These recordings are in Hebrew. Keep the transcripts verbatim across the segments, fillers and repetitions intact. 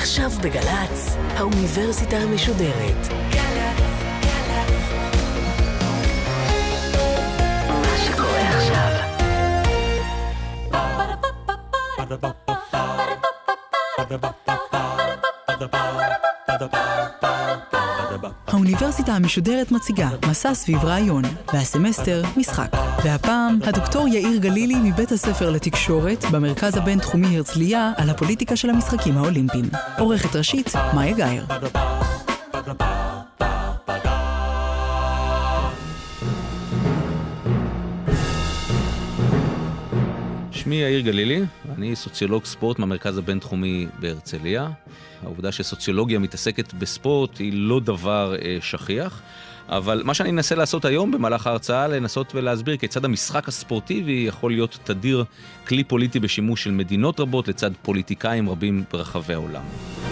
עכשיו בגלץ, האוניברסיטה המשודרת. מה שקורה עכשיו. האוניברסיטה המשודרת מציגה מסע סביב רעיון, והסמסטר משחק. והפעם הדוקטור יאיר גלילי מבית הספר לתקשורת במרכז הבינתחומי הרצליה על הפוליטיקה של המשחקים האולימפיים. עורכת ראשית מאיה גייר. שמי יאיר גלילי, אני סוציולוג ספורט מהמרכז הבינתחומי בהרצליה. העובדה שסוציולוגיה מתעסקת בספורט היא לא דבר אה, שכיח, אבל מה שאני אנסה לעשות היום במהלך ההרצאה, לנסות ולהסביר כיצד המשחק הספורטיבי יכול להיות תדיר כלי פוליטי בשימוש של מדינות רבות לצד פוליטיקאים רבים ברחבי העולם.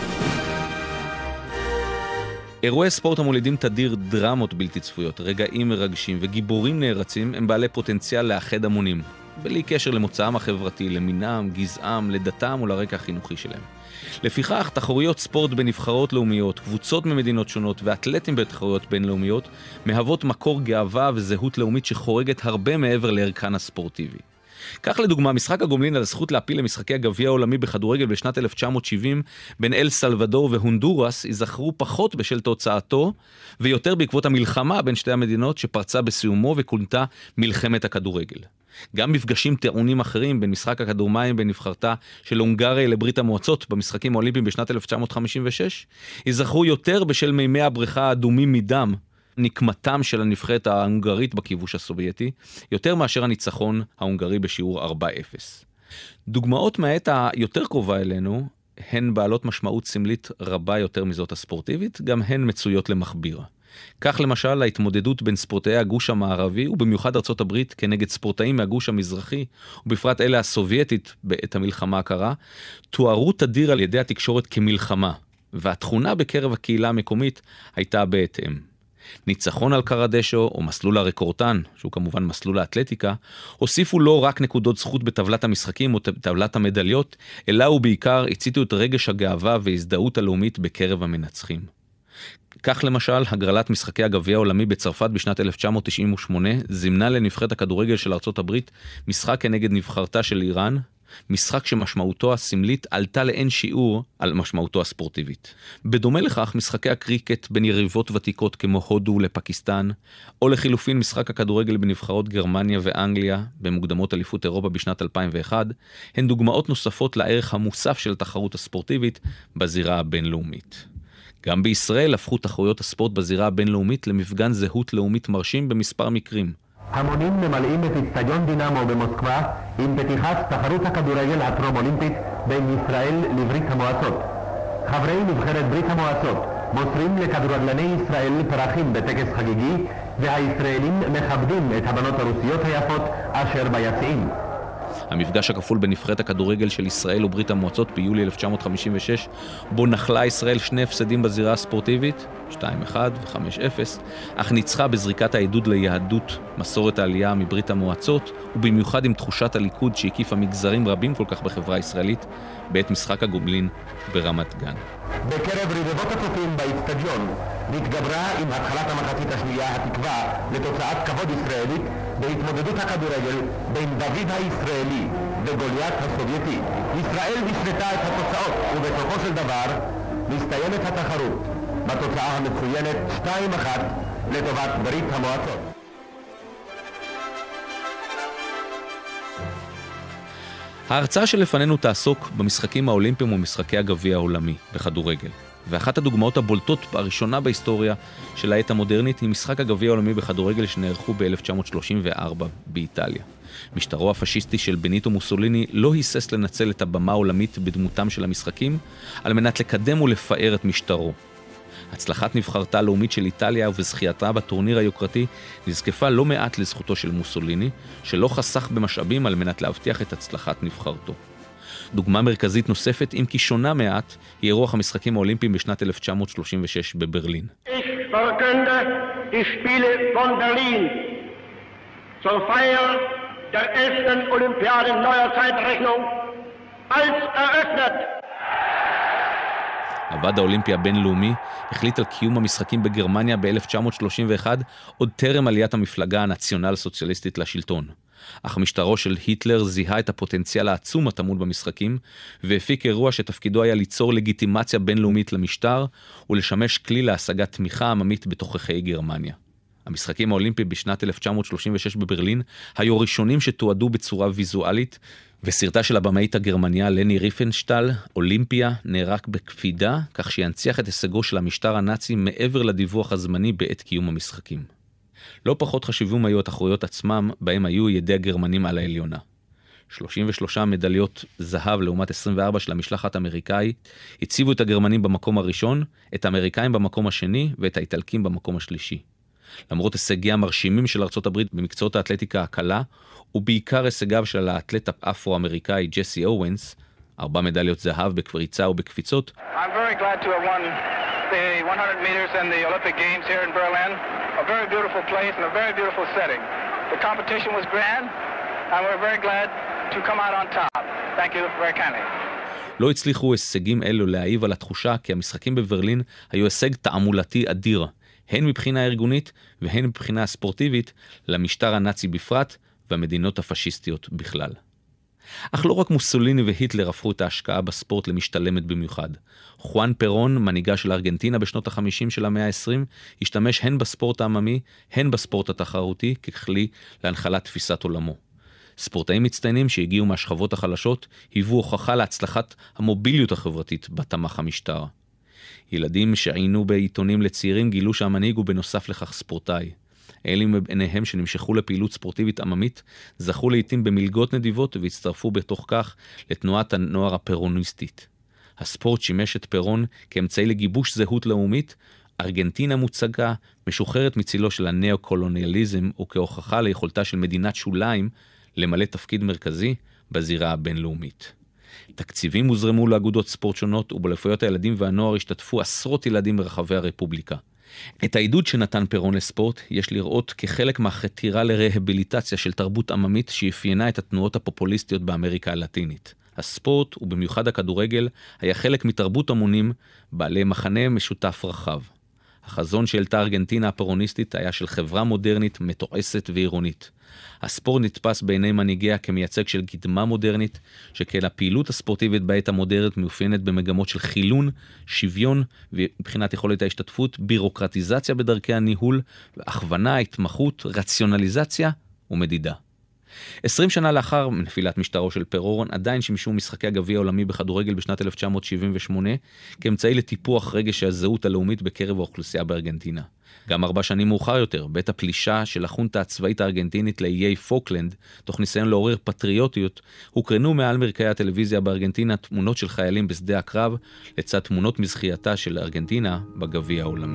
אירועי ספורט המולידים תדיר דרמות בלתי צפויות, רגעים מרגשים וגיבורים נערצים הם בעלי פוטנציאל לאחד המונים, בלי קשר למוצאם החברתי, למינם, גזעם, לדתם או לרקע החינוכי שלהם. לפיכך, תחרויות ספורט בנבחרות לאומיות, קבוצות ממדינות שונות ואתלטים בתחרויות בינלאומיות מהוות מקור גאווה וזהות לאומית שחורגת הרבה מעבר לערכן הספורטיבי. כך לדוגמה, משחק הגומלין על הזכות להפיל למשחקי הגביע העולמי בכדורגל בשנת אלף תשע מאות שבעים בין אל סלבדור והונדורס ייזכרו פחות בשל תוצאתו ויותר בעקבות המלחמה בין שתי המדינות שפרצה בסיומו וכונתה מלחמת הכדורגל. גם מפגשים טעונים אחרים בין משחק הכדורמים בין נבחרתה של הונגריה לברית המועצות במשחקים האולימפיים בשנת אלף תשע מאות חמישים ושש ייזכרו יותר בשל מימי הבריכה האדומים מדם, נקמתם של הנבחרת ההונגרית בכיבוש הסובייטי, יותר מאשר הניצחון ההונגרי בשיעור ארבע אפס. דוגמאות מהעת היותר קרובה אלינו הן בעלות משמעות סמלית רבה יותר מזאת הספורטיבית, גם הן מצויות למחביר. כך למשל ההתמודדות בין ספורטאי הגוש המערבי ובמיוחד ארצות הברית כנגד ספורטאים מהגוש המזרחי ובפרט אלה הסובייטית בעת המלחמה הקרה, תוארו תדיר על ידי התקשורת כמלחמה, והתכונה בקרב הקהילה המקומית הייתה בהתאם. ניצחון על קרדשו או מסלול הרקורטן, שהוא כמובן מסלול האתלטיקה, הוסיפו לא רק נקודות זכות בטבלת המשחקים או טבלת המדליות, אלא ובעיקר הציתו את רגש הגאווה והזדהות הלאומית בקרב המנצחים. כך למשל, הגרלת משחקי הגביע העולמי בצרפת בשנת אלף תשע מאות תשעים ושמונה זימנה לנבחרת הכדורגל של ארצות הברית משחק כנגד נבחרתה של איראן, משחק שמשמעותו הסמלית עלתה לאין שיעור על משמעותו הספורטיבית. בדומה לכך, משחקי הקריקט בין יריבות ותיקות כמו הודו לפקיסטן, או לחילופין משחק הכדורגל בנבחרות גרמניה ואנגליה במוקדמות אליפות אירופה בשנת אלפיים ואחת, הן דוגמאות נוספות לערך המוסף של התחרות הספורטיבית בזירה הבינלאומית. גם בישראל הפכו תחרויות הספורט בזירה הבינלאומית למפגן זהות לאומית מרשים במספר מקרים. המונים ממלאים את אצטדיון דינמו במוסקבה עם פתיחת תחרות הכדורגל הטרום-אולימפית בין ישראל לברית המועצות. חברי נבחרת ברית המועצות מוסרים לכדורגלני ישראל פרחים בטקס חגיגי, והישראלים מכבדים את הבנות הרוסיות היפות אשר ביציעים. המפגש הכפול בנבחרת הכדורגל של ישראל וברית המועצות ביולי אלף תשע מאות חמישים ושש, בו נחלה ישראל שני הפסדים בזירה הספורטיבית, שתיים אחת ו-חמש אפס, אך ניצחה בזריקת העידוד ליהדות מסורת העלייה מברית המועצות, ובמיוחד עם תחושת הליכוד שהקיפה מגזרים רבים כל כך בחברה הישראלית, בעת משחק הגומלין ברמת גן. בקרב רבבות הצופים באצטדיון נתגברה עם התחלת המחצית השנייה התקווה לתוצאת כבוד ישראלית בהתמודדות הכדורגל בין דוד הישראלי וגוליית הסובייטי. ישראל השלטה את התוצאות ובסופו של דבר מסתיימת התחרות בתוצאה המצוינת שתיים אחת לטובת ברית המועצות. ההרצאה שלפנינו תעסוק במשחקים האולימפיים ומשחקי הגביע העולמי בכדורגל. ואחת הדוגמאות הבולטות הראשונה בהיסטוריה של העת המודרנית היא משחק הגביע העולמי בכדורגל שנערכו ב-אלף תשע מאות שלושים וארבע באיטליה. משטרו הפשיסטי של בניטו מוסוליני לא היסס לנצל את הבמה העולמית בדמותם של המשחקים על מנת לקדם ולפאר את משטרו. הצלחת נבחרתה הלאומית של איטליה וזכייתה בטורניר היוקרתי נזקפה לא מעט לזכותו של מוסוליני, שלא חסך במשאבים על מנת להבטיח את הצלחת נבחרתו. דוגמה מרכזית נוספת, אם כי שונה מעט, היא אירוח המשחקים האולימפיים בשנת אלף תשע מאות שלושים ושש בברלין. Ich verkünde die Spiele von Berlin zur Feier der elften Olympiade neuer Zeitrechnung als eröffnet. הוועד האולימפי הבינלאומי החליט על קיום המשחקים בגרמניה ב-אלף תשע מאות שלושים ואחת, עוד טרם עליית המפלגה הנציונל סוציאליסטית לשלטון. אך משטרו של היטלר זיהה את הפוטנציאל העצום הטמון במשחקים, והפיק אירוע שתפקידו היה ליצור לגיטימציה בינלאומית למשטר, ולשמש כלי להשגת תמיכה עממית בתוככי גרמניה. המשחקים האולימפיים בשנת אלף תשע מאות שלושים ושש בברלין היו ראשונים שתועדו בצורה ויזואלית, וסרטה של הבמאית הגרמניה לני ריפנשטל, אולימפיה, נערך בקפידה, כך שינציח את הישגו של המשטר הנאצי מעבר לדיווח הזמני בעת קיום המשחקים. לא פחות חשובים היו התחרויות עצמם, בהם היו ידי הגרמנים על העליונה. שלושים ושלוש מדליות זהב לעומת עשרים וארבע של המשלחת האמריקאית, הציבו את הגרמנים במקום הראשון, את האמריקאים במקום השני, ואת האיטלקים במקום השלישי. למרות הישגיה המרשימים של ארצות הברית במקצועות האתלטיקה הקלה, ובעיקר הישגיו של האתלט האפרו-אמריקאי ג'סי אוונס, ארבע מדליות זהב בקריצה ובקפיצות, I'm very glad to have won the one hundred meters and the Olympic Games here in Berlin. A very beautiful place and a very beautiful setting. The competition was grand, and we're very glad to come out on top. Thank you very kindly. לא הצליחו הישגים אלו להעיב על התחושה כי המשחקים בברלין היו הישג תעמולתי אדיר, הן מבחינה ארגונית והן מבחינה ספורטיבית למשטר הנאצי בפרט והמדינות הפשיסטיות בכלל. אך לא רק מוסוליני והיטלר הפכו את ההשקעה בספורט למשתלמת במיוחד. חואן פרון, מנהיגה של ארגנטינה בשנות ה-חמישים של המאה ה-עשרים, השתמש הן בספורט העממי, הן בספורט התחרותי ככלי להנחלת תפיסת עולמו. ספורטאים מצטיינים שהגיעו מהשכבות החלשות היוו הוכחה להצלחת המוביליות החברתית בתמך המשטר. ילדים שעיינו בעיתונים לצעירים גילו שהמנהיג הוא בנוסף לכך ספורטאי. אלה מבניהם שנמשכו לפעילות ספורטיבית עממית, זכו לעתים במלגות נדיבות והצטרפו בתוך כך לתנועת הנוער הפרוניסטית. הספורט שימש את פרון כאמצעי לגיבוש זהות לאומית, ארגנטינה מוצגה, משוחררת מצילו של הנאו-קולוניאליזם וכהוכחה ליכולתה של מדינת שוליים למלא תפקיד מרכזי בזירה הבינלאומית. תקציבים הוזרמו לאגודות ספורט שונות, ובאליפויות הילדים והנוער השתתפו עשרות ילדים ברחבי הרפובליקה. את העידוד שנתן פרון לספורט יש לראות כחלק מהחתירה לרהביליטציה של תרבות עממית שאפיינה את התנועות הפופוליסטיות באמריקה הלטינית. הספורט, ובמיוחד הכדורגל, היה חלק מתרבות המונים בעלי מחנה משותף רחב. החזון שהעלתה ארגנטינה הפרוניסטית היה של חברה מודרנית, מתועסת ועירונית. הספורט נתפס בעיני מנהיגיה כמייצג של קדמה מודרנית, שכן הפעילות הספורטיבית בעת המודרנית מאופיינת במגמות של חילון, שוויון ובחינת יכולת ההשתתפות, בירוקרטיזציה בדרכי הניהול, הכוונה, התמחות, רציונליזציה ומדידה. עשרים שנה לאחר נפילת משטרו של פרון, עדיין שימשו משחקי הגביע העולמי בכדורגל בשנת אלף תשע מאות שבעים ושמונה כאמצעי לטיפוח רגש הזהות הלאומית בקרב האוכלוסייה בארגנטינה. גם ארבע שנים מאוחר יותר, בעת הפלישה של החונטה הצבאית הארגנטינית לאיי פוקלנד, תוך ניסיון לעורר פטריוטיות, הוקרנו מעל מרקעי הטלוויזיה בארגנטינה תמונות של חיילים בשדה הקרב, לצד תמונות מזכייתה של ארגנטינה בגביע העולמי.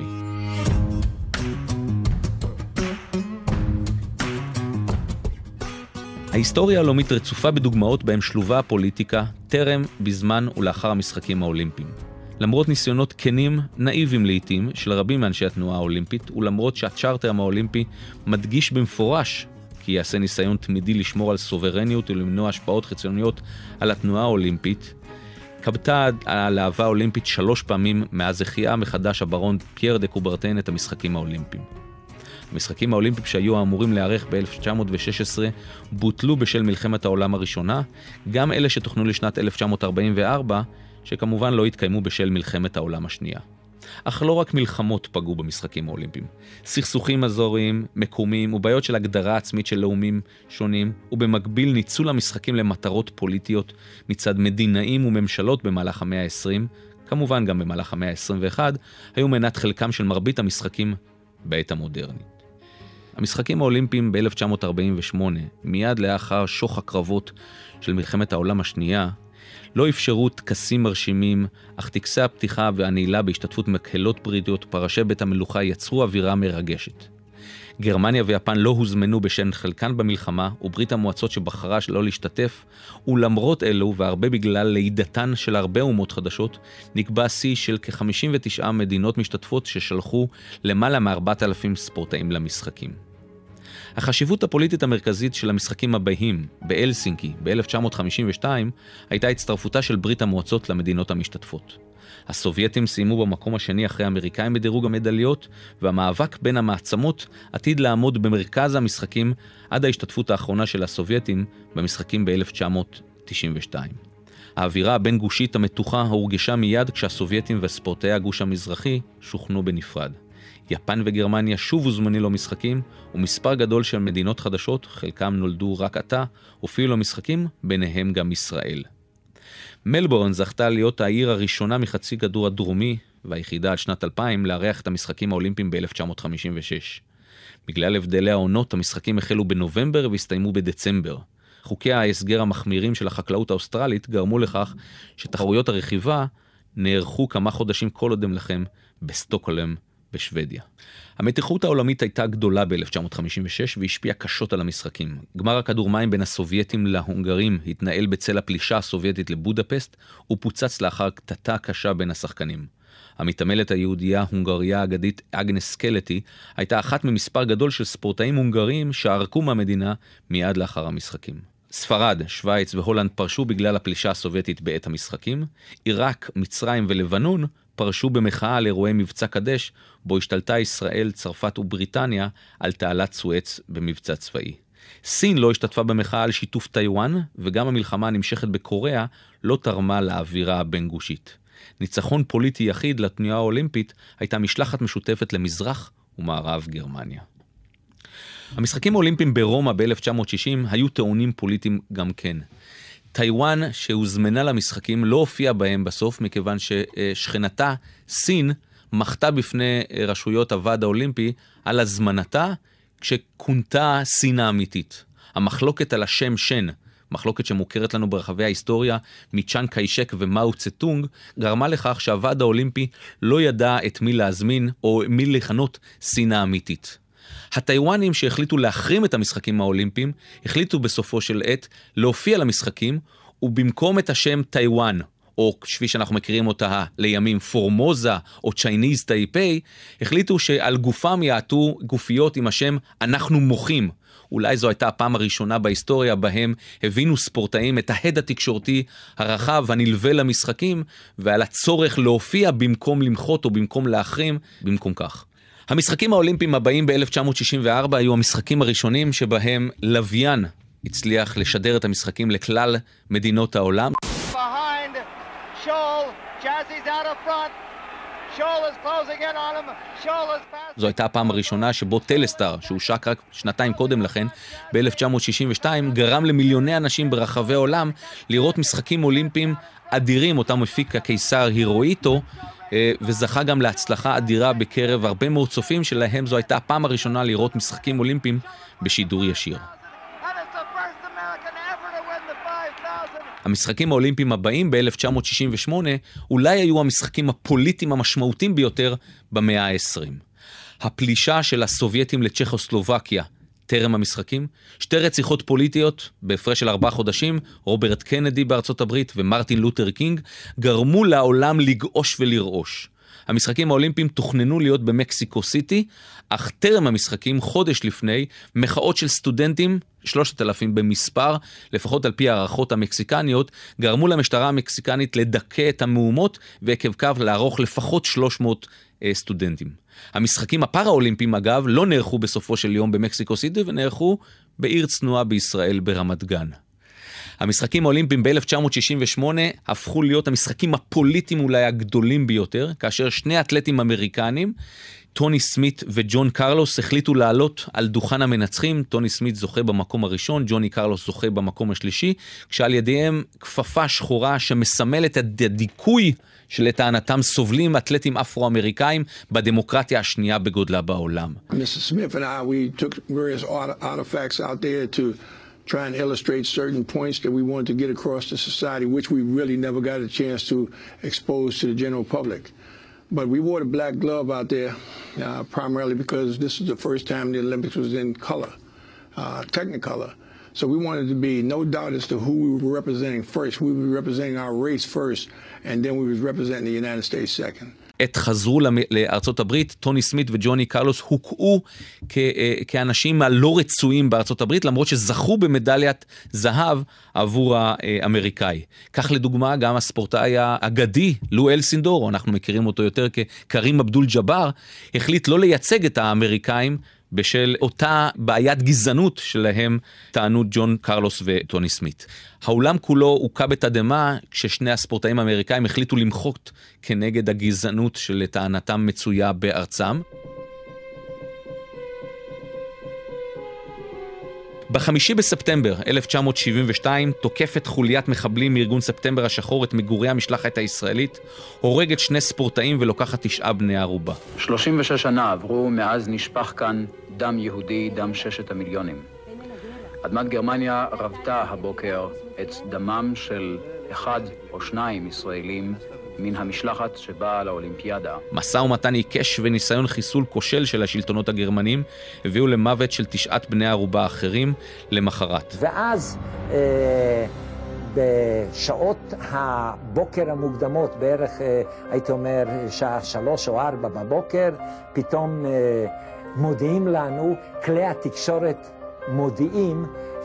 ההיסטוריה הלאומית רצופה בדוגמאות בהם שלובה הפוליטיקה, טרם, בזמן ולאחר המשחקים האולימפיים. למרות ניסיונות כנים, נאיבים לעתים, של רבים מאנשי התנועה האולימפית, ולמרות שהצ'ארטר האולימפי מדגיש במפורש כי יעשה ניסיון תמידי לשמור על סוברניות ולמנוע השפעות חיצוניות על התנועה האולימפית, קבתה הלהבה האולימפית שלוש פעמים מאז זכייה מחדש הברון פייר דה קוברטיין את המשחקים האולימפיים. המשחקים האולימפיים שהיו אמורים להיערך ב-אלף תשע מאות ושש עשרה בוטלו בשל מלחמת העולם הראשונה, גם אלה שתוכנו לשנת אלף תשע מאות ארבעים וארבע, שכמובן לא התקיימו בשל מלחמת העולם השנייה. אך לא רק מלחמות פגעו במשחקים האולימפיים. סכסוכים אזוריים, מקומיים ובעיות של הגדרה עצמית של לאומים שונים, ובמקביל ניצול המשחקים למטרות פוליטיות מצד מדינאים וממשלות במהלך המאה ה-עשרים, כמובן גם במהלך המאה ה-עשרים ואחת, היו מנת חלקם של מרבית המשחקים בעת המודרנית. המשחקים האולימפיים ב-אלף תשע מאות ארבעים ושמונה, מיד לאחר שוך הקרבות של מלחמת העולם השנייה, לא אפשרו טקסים מרשימים, אך טקסי הפתיחה והנעילה בהשתתפות מקהלות בריטיות פרשי בית המלוכה יצרו אווירה מרגשת. גרמניה ויפן לא הוזמנו בשל חלקן במלחמה, וברית המועצות שבחרה שלא להשתתף, ולמרות אלו, והרבה בגלל לידתן של הרבה אומות חדשות, נקבע שיא של כ-חמישים ותשע מדינות משתתפות ששלחו למעלה מ-ארבעת אלפים ספורטאים למשחקים. החשיבות הפוליטית המרכזית של המשחקים הבאים באלסינקי ב-אלף תשע מאות חמישים ושתיים הייתה הצטרפותה של ברית המועצות למדינות המשתתפות. הסובייטים סיימו במקום השני אחרי האמריקאים בדירוג המדליות, והמאבק בין המעצמות עתיד לעמוד במרכז המשחקים עד ההשתתפות האחרונה של הסובייטים במשחקים ב-אלף תשע מאות תשעים ושתיים. האווירה הבין גושית המתוחה הורגשה מיד כשהסובייטים וספורטאי הגוש המזרחי שוכנו בנפרד. יפן וגרמניה שוב הוזמנו למשחקים, ומספר גדול של מדינות חדשות, חלקם נולדו רק עתה, הופיעו למשחקים, ביניהם גם ישראל. מלבורן זכתה להיות העיר הראשונה מחצי כדור הדרומי, והיחידה עד שנת אלפיים לארח את המשחקים האולימפיים ב-אלף תשע מאות חמישים ושש. בגלל הבדלי העונות, המשחקים החלו בנובמבר והסתיימו בדצמבר. חוקי ההסגר המחמירים של החקלאות האוסטרלית גרמו לכך שתחרויות הרכיבה נערכו כמה חודשים כל קודם לכם בסטוקהולם בשוודיה. המתיחות העולמית הייתה גדולה ב-אלף תשע מאות חמישים ושש והשפיעה קשות על המשחקים. גמר הכדור מים בין הסובייטים להונגרים התנהל בצל הפלישה הסובייטית לבודפסט ופוצץ לאחר קטטה קשה בין השחקנים. המתעמלת היהודייה הונגריה האגדית אגנס סקלטי הייתה אחת ממספר גדול של ספורטאים הונגרים שערקו מהמדינה מיד לאחר המשחקים. ספרד, שוויץ והולנד פרשו בגלל הפלישה הסובייטית בעת המשחקים. עיראק, מצרים ולבנון פרשו במחאה על אירועי מבצע קדש, בו השתלטה ישראל, צרפת ובריטניה על תעלת סואץ במבצע צבאי. סין לא השתתפה במחאה על שיתוף טיואן, וגם המלחמה הנמשכת בקוריאה לא תרמה לאווירה הבין-גושית. ניצחון פוליטי יחיד לתנועה האולימפית הייתה משלחת משותפת למזרח ומערב גרמניה. המשחקים האולימפיים ברומא ב-אלף תשע מאות שישים היו טעונים פוליטיים גם כן. טיואן שהוזמנה למשחקים לא הופיעה בהם בסוף, מכיוון ששכנתה סין מחתה בפני רשויות הוועד האולימפי על הזמנתה כשכונתה סין האמיתית. המחלוקת על השם שן, מחלוקת שמוכרת לנו ברחבי ההיסטוריה מצ'אן קיישק ומאו צטונג, גרמה לכך שהוועד האולימפי לא ידע את מי להזמין או מי לכנות סין האמיתית. הטיואנים שהחליטו להחרים את המשחקים האולימפיים, החליטו בסופו של עת להופיע למשחקים, ובמקום את השם טיואן, או כפי שאנחנו מכירים אותה לימים פורמוזה או צ'ייניז טייפי, החליטו שעל גופם יעטו גופיות עם השם אנחנו מוחים. אולי זו הייתה הפעם הראשונה בהיסטוריה בהם הבינו ספורטאים את ההד התקשורתי הרחב הנלווה למשחקים, ועל הצורך להופיע במקום למחות או במקום להחרים, במקום כך. המשחקים האולימפיים הבאים ב-אלף תשע מאות שישים וארבע היו המשחקים הראשונים שבהם לוויין הצליח לשדר את המשחקים לכלל מדינות העולם. Behind Scholl, Jazzy's out of front. Scholl is closing in on him. Scholl is fast. זו הייתה הפעם הראשונה שבו טלסטאר, שהושק רק שנתיים קודם לכן, ב-אלף תשע מאות שישים ושתיים, גרם למיליוני אנשים ברחבי העולם לראות משחקים אולימפיים אדירים, אותם הפיק הקיסר הירואיטו, וזכה גם להצלחה אדירה בקרב הרבה מאוד צופים שלהם זו הייתה הפעם הראשונה לראות משחקים אולימפיים בשידור ישיר. המשחקים האולימפיים הבאים ב-אלף תשע מאות שישים ושמונה אולי היו המשחקים הפוליטיים המשמעותיים ביותר במאה ה-עשרים. הפלישה של הסובייטים לצ'כוסלובקיה טרם המשחקים, שתי רציחות פוליטיות בהפרש של ארבעה חודשים, רוברט קנדי בארצות הברית ומרטין לותר קינג, גרמו לעולם לגעוש ולרעוש. המשחקים האולימפיים תוכננו להיות במקסיקו סיטי, אך טרם המשחקים, חודש לפני, מחאות של סטודנטים, שלושת אלפים במספר, לפחות על פי הערכות המקסיקניות, גרמו למשטרה המקסיקנית לדכא את המהומות, ועקב קו לערוך לפחות שלוש מאות אה, סטודנטים. המשחקים הפאראולימפיים, אגב, לא נערכו בסופו של יום במקסיקו סיטי, ונערכו בעיר צנועה בישראל ברמת גן. המשחקים האולימפיים ב-אלף תשע מאות שישים ושמונה הפכו להיות המשחקים הפוליטיים אולי הגדולים ביותר, כאשר שני אתלטים אמריקנים, טוני סמית וג'ון קרלוס, החליטו לעלות על דוכן המנצחים. טוני סמית זוכה במקום הראשון, ג'וני קרלוס זוכה במקום השלישי, כשעל ידיהם כפפה שחורה שמסמלת את הדיכוי שלטענתם סובלים אתלטים אפרו-אמריקאים בדמוקרטיה השנייה בגודלה בעולם. מיסטר Smith and I, we took various artifacts out there to try and illustrate certain points that we wanted to get across to society, which we really never got a chance to expose to the general public. But we wore the black glove out there uh, primarily because this is the first time the Olympics was in color, uh, technicolor. So we wanted to be no doubt as to who we were representing first. We were representing our race first, and then we was representing the United States second. עת חזרו לארצות הברית, טוני סמית וג'וני קרלוס הוקעו כאנשים הלא רצויים בארצות הברית, למרות שזכו במדליית זהב עבור האמריקאי. כך לדוגמה גם הספורטאי האגדי, לו אלסינדור, אנחנו מכירים אותו יותר כקרים אבדול ג'בר, החליט לא לייצג את האמריקאים, בשל אותה בעיית גזענות שלהם טענו ג'ון קרלוס וטוני סמית. העולם כולו הוקע בתדמה כששני הספורטאים האמריקאים החליטו למחות כנגד הגזענות שלטענתם מצויה בארצם. בחמישי בספטמבר אלף תשע מאות שבעים ושתיים תוקפת חוליית מחבלים מארגון ספטמבר השחור את מגורי המשלחת הישראלית, הורגת שני ספורטאים ולוקחת תשעה בני ערובה. שלושים ושש שנה עברו מאז נשפך כאן דם יהודי, דם ששת המיליונים. אדמת גרמניה רבתה הבוקר את דמם של אחד או שניים ישראלים מן המשלחת שבאה לאולימפיאדה. מסע ומתן עיקש וניסיון חיסול כושל של השלטונות הגרמנים הביאו למוות של תשעת בני ערובה אחרים למחרת. ואז אה, בשעות הבוקר המוקדמות, בערך אה, הייתי אומר שעה שלוש או ארבע בבוקר, פתאום אה, מודיעים לנו, כלי התקשורת מודיעים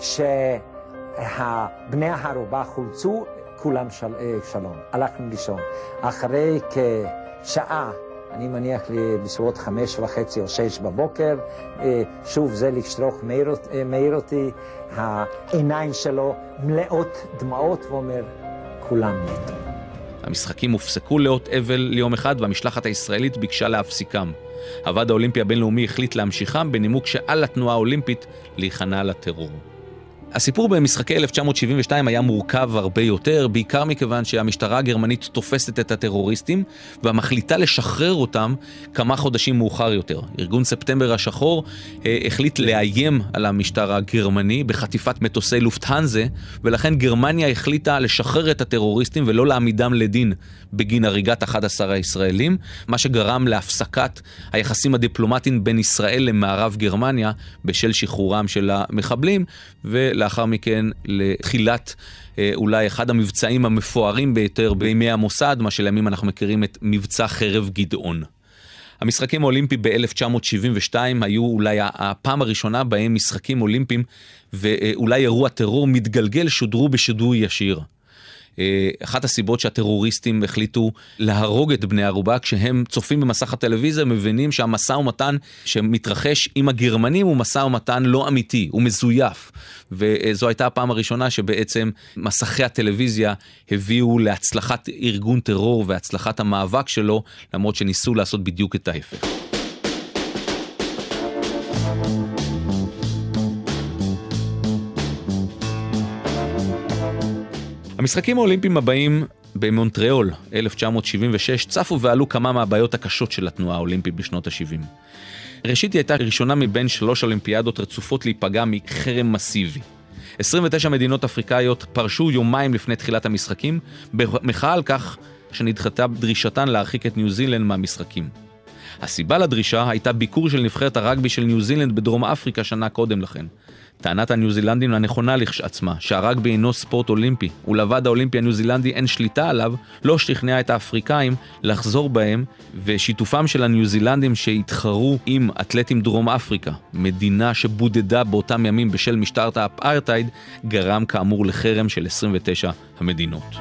שהבני הערובה חולצו, כולם של, שלום. הלכנו לישון. אחרי כשעה, אני מניח לי בסביבות חמש וחצי או שש בבוקר, שוב זה לשטרוך מאיר אותי, העיניים שלו מלאות דמעות ואומר, כולם מתו. המשחקים הופסקו לאות אבל ליום אחד והמשלחת הישראלית ביקשה להפסיקם. הוועד האולימפי הבינלאומי החליט להמשיכם בנימוק שעל התנועה האולימפית להיכנע לטרור. הסיפור במשחקי אלף תשע מאות שבעים ושתיים היה מורכב הרבה יותר, בעיקר מכיוון שהמשטרה הגרמנית תופסת את הטרוריסטים ומחליטה לשחרר אותם כמה חודשים מאוחר יותר. ארגון ספטמבר השחור אה, החליט לאיים על המשטר הגרמני בחטיפת מטוסי לופטהנזה, ולכן גרמניה החליטה לשחרר את הטרוריסטים ולא להעמידם לדין בגין הריגת אחד עשר הישראלים, מה שגרם להפסקת היחסים הדיפלומטיים בין ישראל למערב גרמניה בשל שחרורם של המחבלים, ולאחר מכן לתחילת אולי אחד המבצעים המפוארים ביותר בימי המוסד, מה שלימים אנחנו מכירים את מבצע חרב גדעון. המשחקים האולימפיים ב-אלף תשע מאות שבעים ושתיים היו אולי הפעם הראשונה בהם משחקים אולימפיים ואולי אירוע טרור מתגלגל שודרו בשידור ישיר. אחת הסיבות שהטרוריסטים החליטו להרוג את בני ערובה, כשהם צופים במסך הטלוויזיה, מבינים שהמשא ומתן שמתרחש עם הגרמנים הוא משא ומתן לא אמיתי, הוא מזויף. וזו הייתה הפעם הראשונה שבעצם מסכי הטלוויזיה הביאו להצלחת ארגון טרור והצלחת המאבק שלו, למרות שניסו לעשות בדיוק את ההפך. המשחקים האולימפיים הבאים במונטריאול אלף תשע מאות שבעים ושש צפו ועלו כמה מהבעיות הקשות של התנועה האולימפית בשנות ה-שבעים. ראשית, היא הייתה ראשונה מבין שלוש אולימפיאדות רצופות להיפגע מחרם מסיבי. עשרים ותשע מדינות אפריקאיות פרשו יומיים לפני תחילת המשחקים, במחאה על כך שנדחתה דרישתן להרחיק את ניו זילנד מהמשחקים. הסיבה לדרישה הייתה ביקור של נבחרת הרגבי של ניו זילנד בדרום אפריקה שנה קודם לכן. טענת הניו זילנדים הנכונה לכשעצמה, שהרגבי אינו ספורט אולימפי, ולוועד האולימפי הניו זילנדי אין שליטה עליו, לא שכנעה את האפריקאים לחזור בהם, ושיתופם של הניו זילנדים שהתחרו עם אתלטים דרום אפריקה, מדינה שבודדה באותם ימים בשל משטר האפרטהייד, גרם כאמור לחרם של עשרים ותשע המדינות.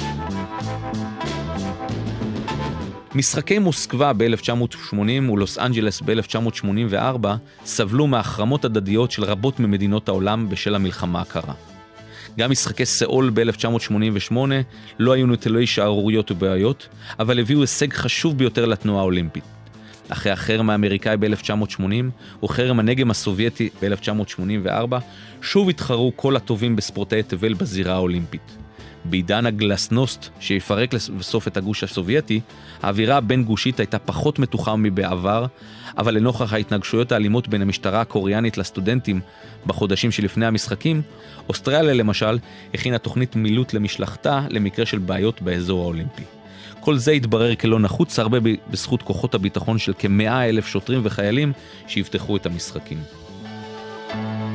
משחקי מוסקבה ב-אלף תשע מאות שמונים ולוס אנג'לס ב-אלף תשע מאות שמונים וארבע סבלו מהחרמות הדדיות של רבות ממדינות העולם בשל המלחמה הקרה. גם משחקי סאול ב-אלף תשע מאות שמונים ושמונה לא היו נטולי שערוריות ובעיות, אבל הביאו הישג חשוב ביותר לתנועה האולימפית. אחרי החרם האמריקאי ב-אלף תשע מאות שמונים וחרם הנגם הסובייטי ב-אלף תשע מאות שמונים וארבע, שוב התחרו כל הטובים בספורטאי תבל בזירה האולימפית. בעידן הגלסנוסט שיפרק לסוף את הגוש הסובייטי, האווירה הבין גושית הייתה פחות מתוחה מבעבר, אבל לנוכח ההתנגשויות האלימות בין המשטרה הקוריאנית לסטודנטים בחודשים שלפני המשחקים, אוסטרליה למשל הכינה תוכנית מילוט למשלחתה למקרה של בעיות באזור האולימפי. כל זה התברר כלא נחוץ הרבה בזכות כוחות הביטחון של כמאה אלף שוטרים וחיילים שיפתחו את המשחקים.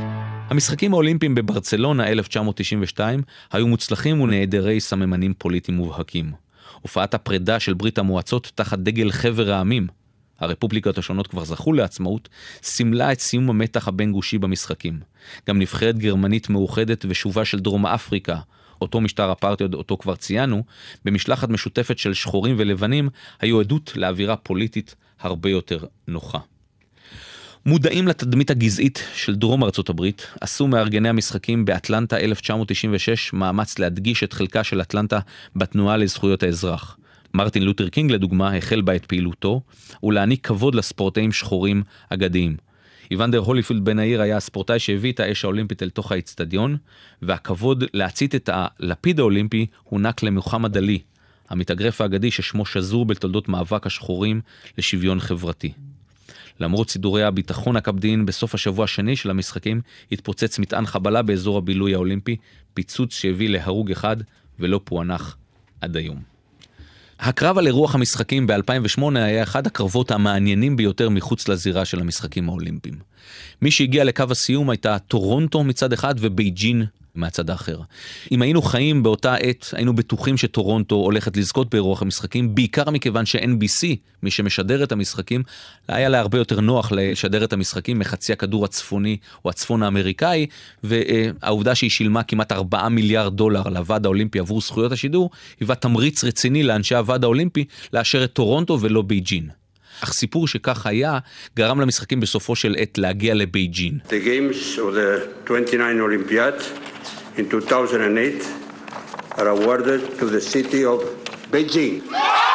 המשחקים האולימפיים בברצלונה אלף תשע מאות תשעים ושתיים היו מוצלחים ונעדרי סממנים פוליטיים מובהקים. הופעת הפרידה של ברית המועצות תחת דגל חבר העמים, הרפובליקות השונות כבר זכו לעצמאות, סימלה את סיום המתח הבין גושי במשחקים. גם נבחרת גרמנית מאוחדת ושובה של דרום אפריקה, אותו משטר אפרטהייד אותו כבר ציינו, במשלחת משותפת של שחורים ולבנים, היו עדות לאווירה פוליטית הרבה יותר נוחה. מודעים לתדמית הגזעית של דרום ארצות הברית, עשו מארגני המשחקים באטלנטה אלף תשע מאות תשעים ושש מאמץ להדגיש את חלקה של אטלנטה בתנועה לזכויות האזרח. מרטין לותר קינג לדוגמה החל בה את פעילותו, ולהעניק כבוד לספורטאים שחורים אגדיים. איוונדר הוליפילד בן העיר היה הספורטאי שהביא את האש האולימפית אל תוך האצטדיון, והכבוד להצית את הלפיד האולימפי הונק למוחמד עלי, המתאגרף האגדי ששמו שזור בתולדות מאבק השחורים לשוויון חברתי. למרות סידורי הביטחון הקפדיים בסוף השבוע השני של המשחקים, התפוצץ מטען חבלה באזור הבילוי האולימפי, פיצוץ שהביא להרוג אחד ולא פוענח עד היום. הקרב על אירוח המשחקים ב-אלפיים ושמונה היה אחד הקרבות המעניינים ביותר מחוץ לזירה של המשחקים האולימפיים. מי שהגיע לקו הסיום הייתה טורונטו מצד אחד ובייג'ין מהצד האחר. אם היינו חיים באותה עת, היינו בטוחים שטורונטו הולכת לזכות באירוח המשחקים, בעיקר מכיוון ש-אן בי סי, מי שמשדר את המשחקים, היה לה הרבה יותר נוח לשדר את המשחקים מחצי הכדור הצפוני או הצפון האמריקאי, והעובדה שהיא שילמה כמעט ארבעה מיליארד דולר לוועד האולימפי עבור זכויות השידור, היווה תמריץ רציני לאנשי הוועד האולימפי לאשר את טורונטו ולא בייג'ין. אך סיפור שכך היה, גרם למשחקים בסופו של עת להגיע לבייג'ין. The games of the twenty-nine Olympiad in two thousand eight are awarded to the city of Beijing.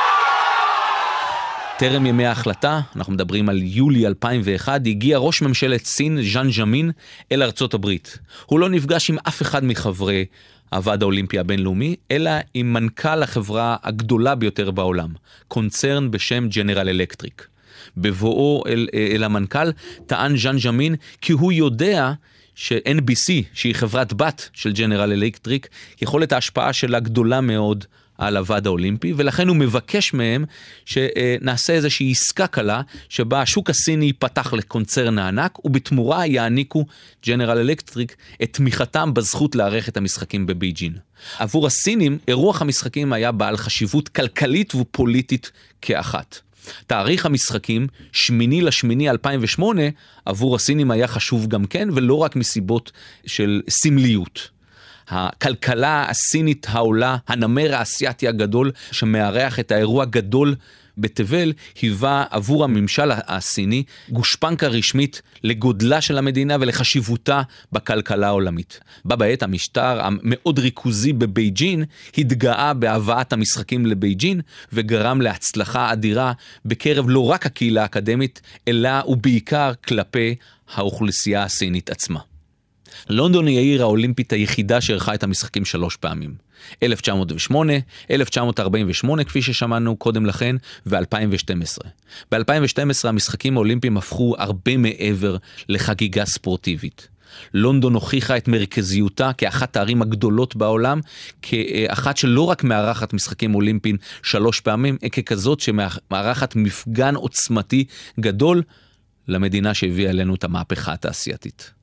טרם ימי ההחלטה, אנחנו מדברים על יולי אלפיים ואחת, הגיע ראש ממשלת סין, ז'אן ז'מין, אל ארצות הברית. הוא לא נפגש עם אף אחד מחברי הוועד האולימפי הבינלאומי, אלא עם מנכ"ל החברה הגדולה ביותר בעולם, קונצרן בשם ג'נרל אלקטריק. בבואו אל, אל המנכ"ל, טען ז'אן ז'מין כי הוא יודע ש-אן בי סי, שהיא חברת בת של ג'נרל אלקטריק, יכולת ההשפעה שלה גדולה מאוד על הוועד האולימפי, ולכן הוא מבקש מהם שנעשה איזושהי עסקה קלה, שבה השוק הסיני ייפתח לקונצרן הענק, ובתמורה יעניקו ג'נרל אלקטריק את תמיכתם בזכות לערך את המשחקים בבייג'ין. עבור הסינים, אירוח המשחקים היה בעל חשיבות כלכלית ופוליטית כאחת. תאריך המשחקים, שמיני לשמיני אלפיים ושמונה, עבור הסינים היה חשוב גם כן, ולא רק מסיבות של סמליות. הכלכלה הסינית העולה, הנמר האסייתי הגדול, שמארח את האירוע גדול בתבל, היווה עבור הממשל הסיני גושפנקה רשמית לגודלה של המדינה ולחשיבותה בכלכלה העולמית. בה בעת המשטר המאוד ריכוזי בבייג'ין התגאה בהבאת המשחקים לבייג'ין וגרם להצלחה אדירה בקרב לא רק הקהילה האקדמית, אלא ובעיקר כלפי האוכלוסייה הסינית עצמה. לונדון היא העיר האולימפית היחידה שערכה את המשחקים שלוש פעמים. אלף תשע מאות ושמונה, אלף תשע מאות ארבעים ושמונה כפי ששמענו קודם לכן, ו-אלפיים ושתים עשרה. ב-אלפיים ושתים עשרה המשחקים האולימפיים הפכו הרבה מעבר לחגיגה ספורטיבית. לונדון הוכיחה את מרכזיותה כאחת הערים הגדולות בעולם, כאחת שלא רק מארחת משחקים אולימפיים שלוש פעמים, ככזאת שמארחת מפגן עוצמתי גדול למדינה שהביאה אלינו את המהפכה התעשייתית.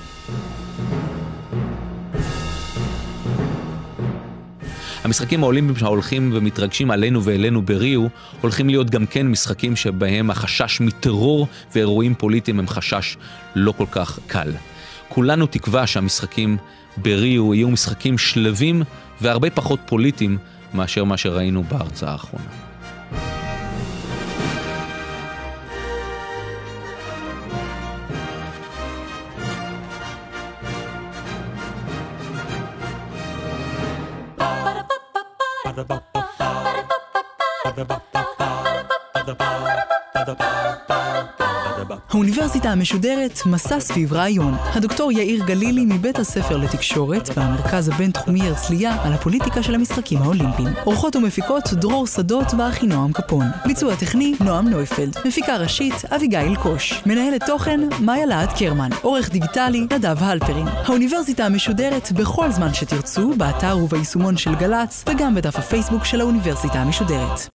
המשחקים האולימפיים שהולכים ומתרגשים עלינו ואלינו בריו, הולכים להיות גם כן משחקים שבהם החשש מטרור ואירועים פוליטיים הם חשש לא כל כך קל. כולנו תקווה שהמשחקים בריו יהיו משחקים שלבים והרבה פחות פוליטיים מאשר מה שראינו בהרצאה האחרונה. האוניברסיטה המשודרת מסע סביב רעיון. הדוקטור יאיר גלילי מבית הספר לתקשורת במרכז הבינתחומי הרצליה על הפוליטיקה של המשחקים האולימפיים. עורכות ומפיקות דרור שדות ואחינועם קפון. ביצוע טכני נועם נויפלד. מפיקה ראשית אביגיל קוש. מנהלת תוכן מאיה להט קרמן. עורך דיגיטלי נדב הלפרין. האוניברסיטה המשודרת בכל זמן שתרצו, באתר וביישומון של גלץ וגם בדף הפייסבוק של האוניברסיטה המשודרת.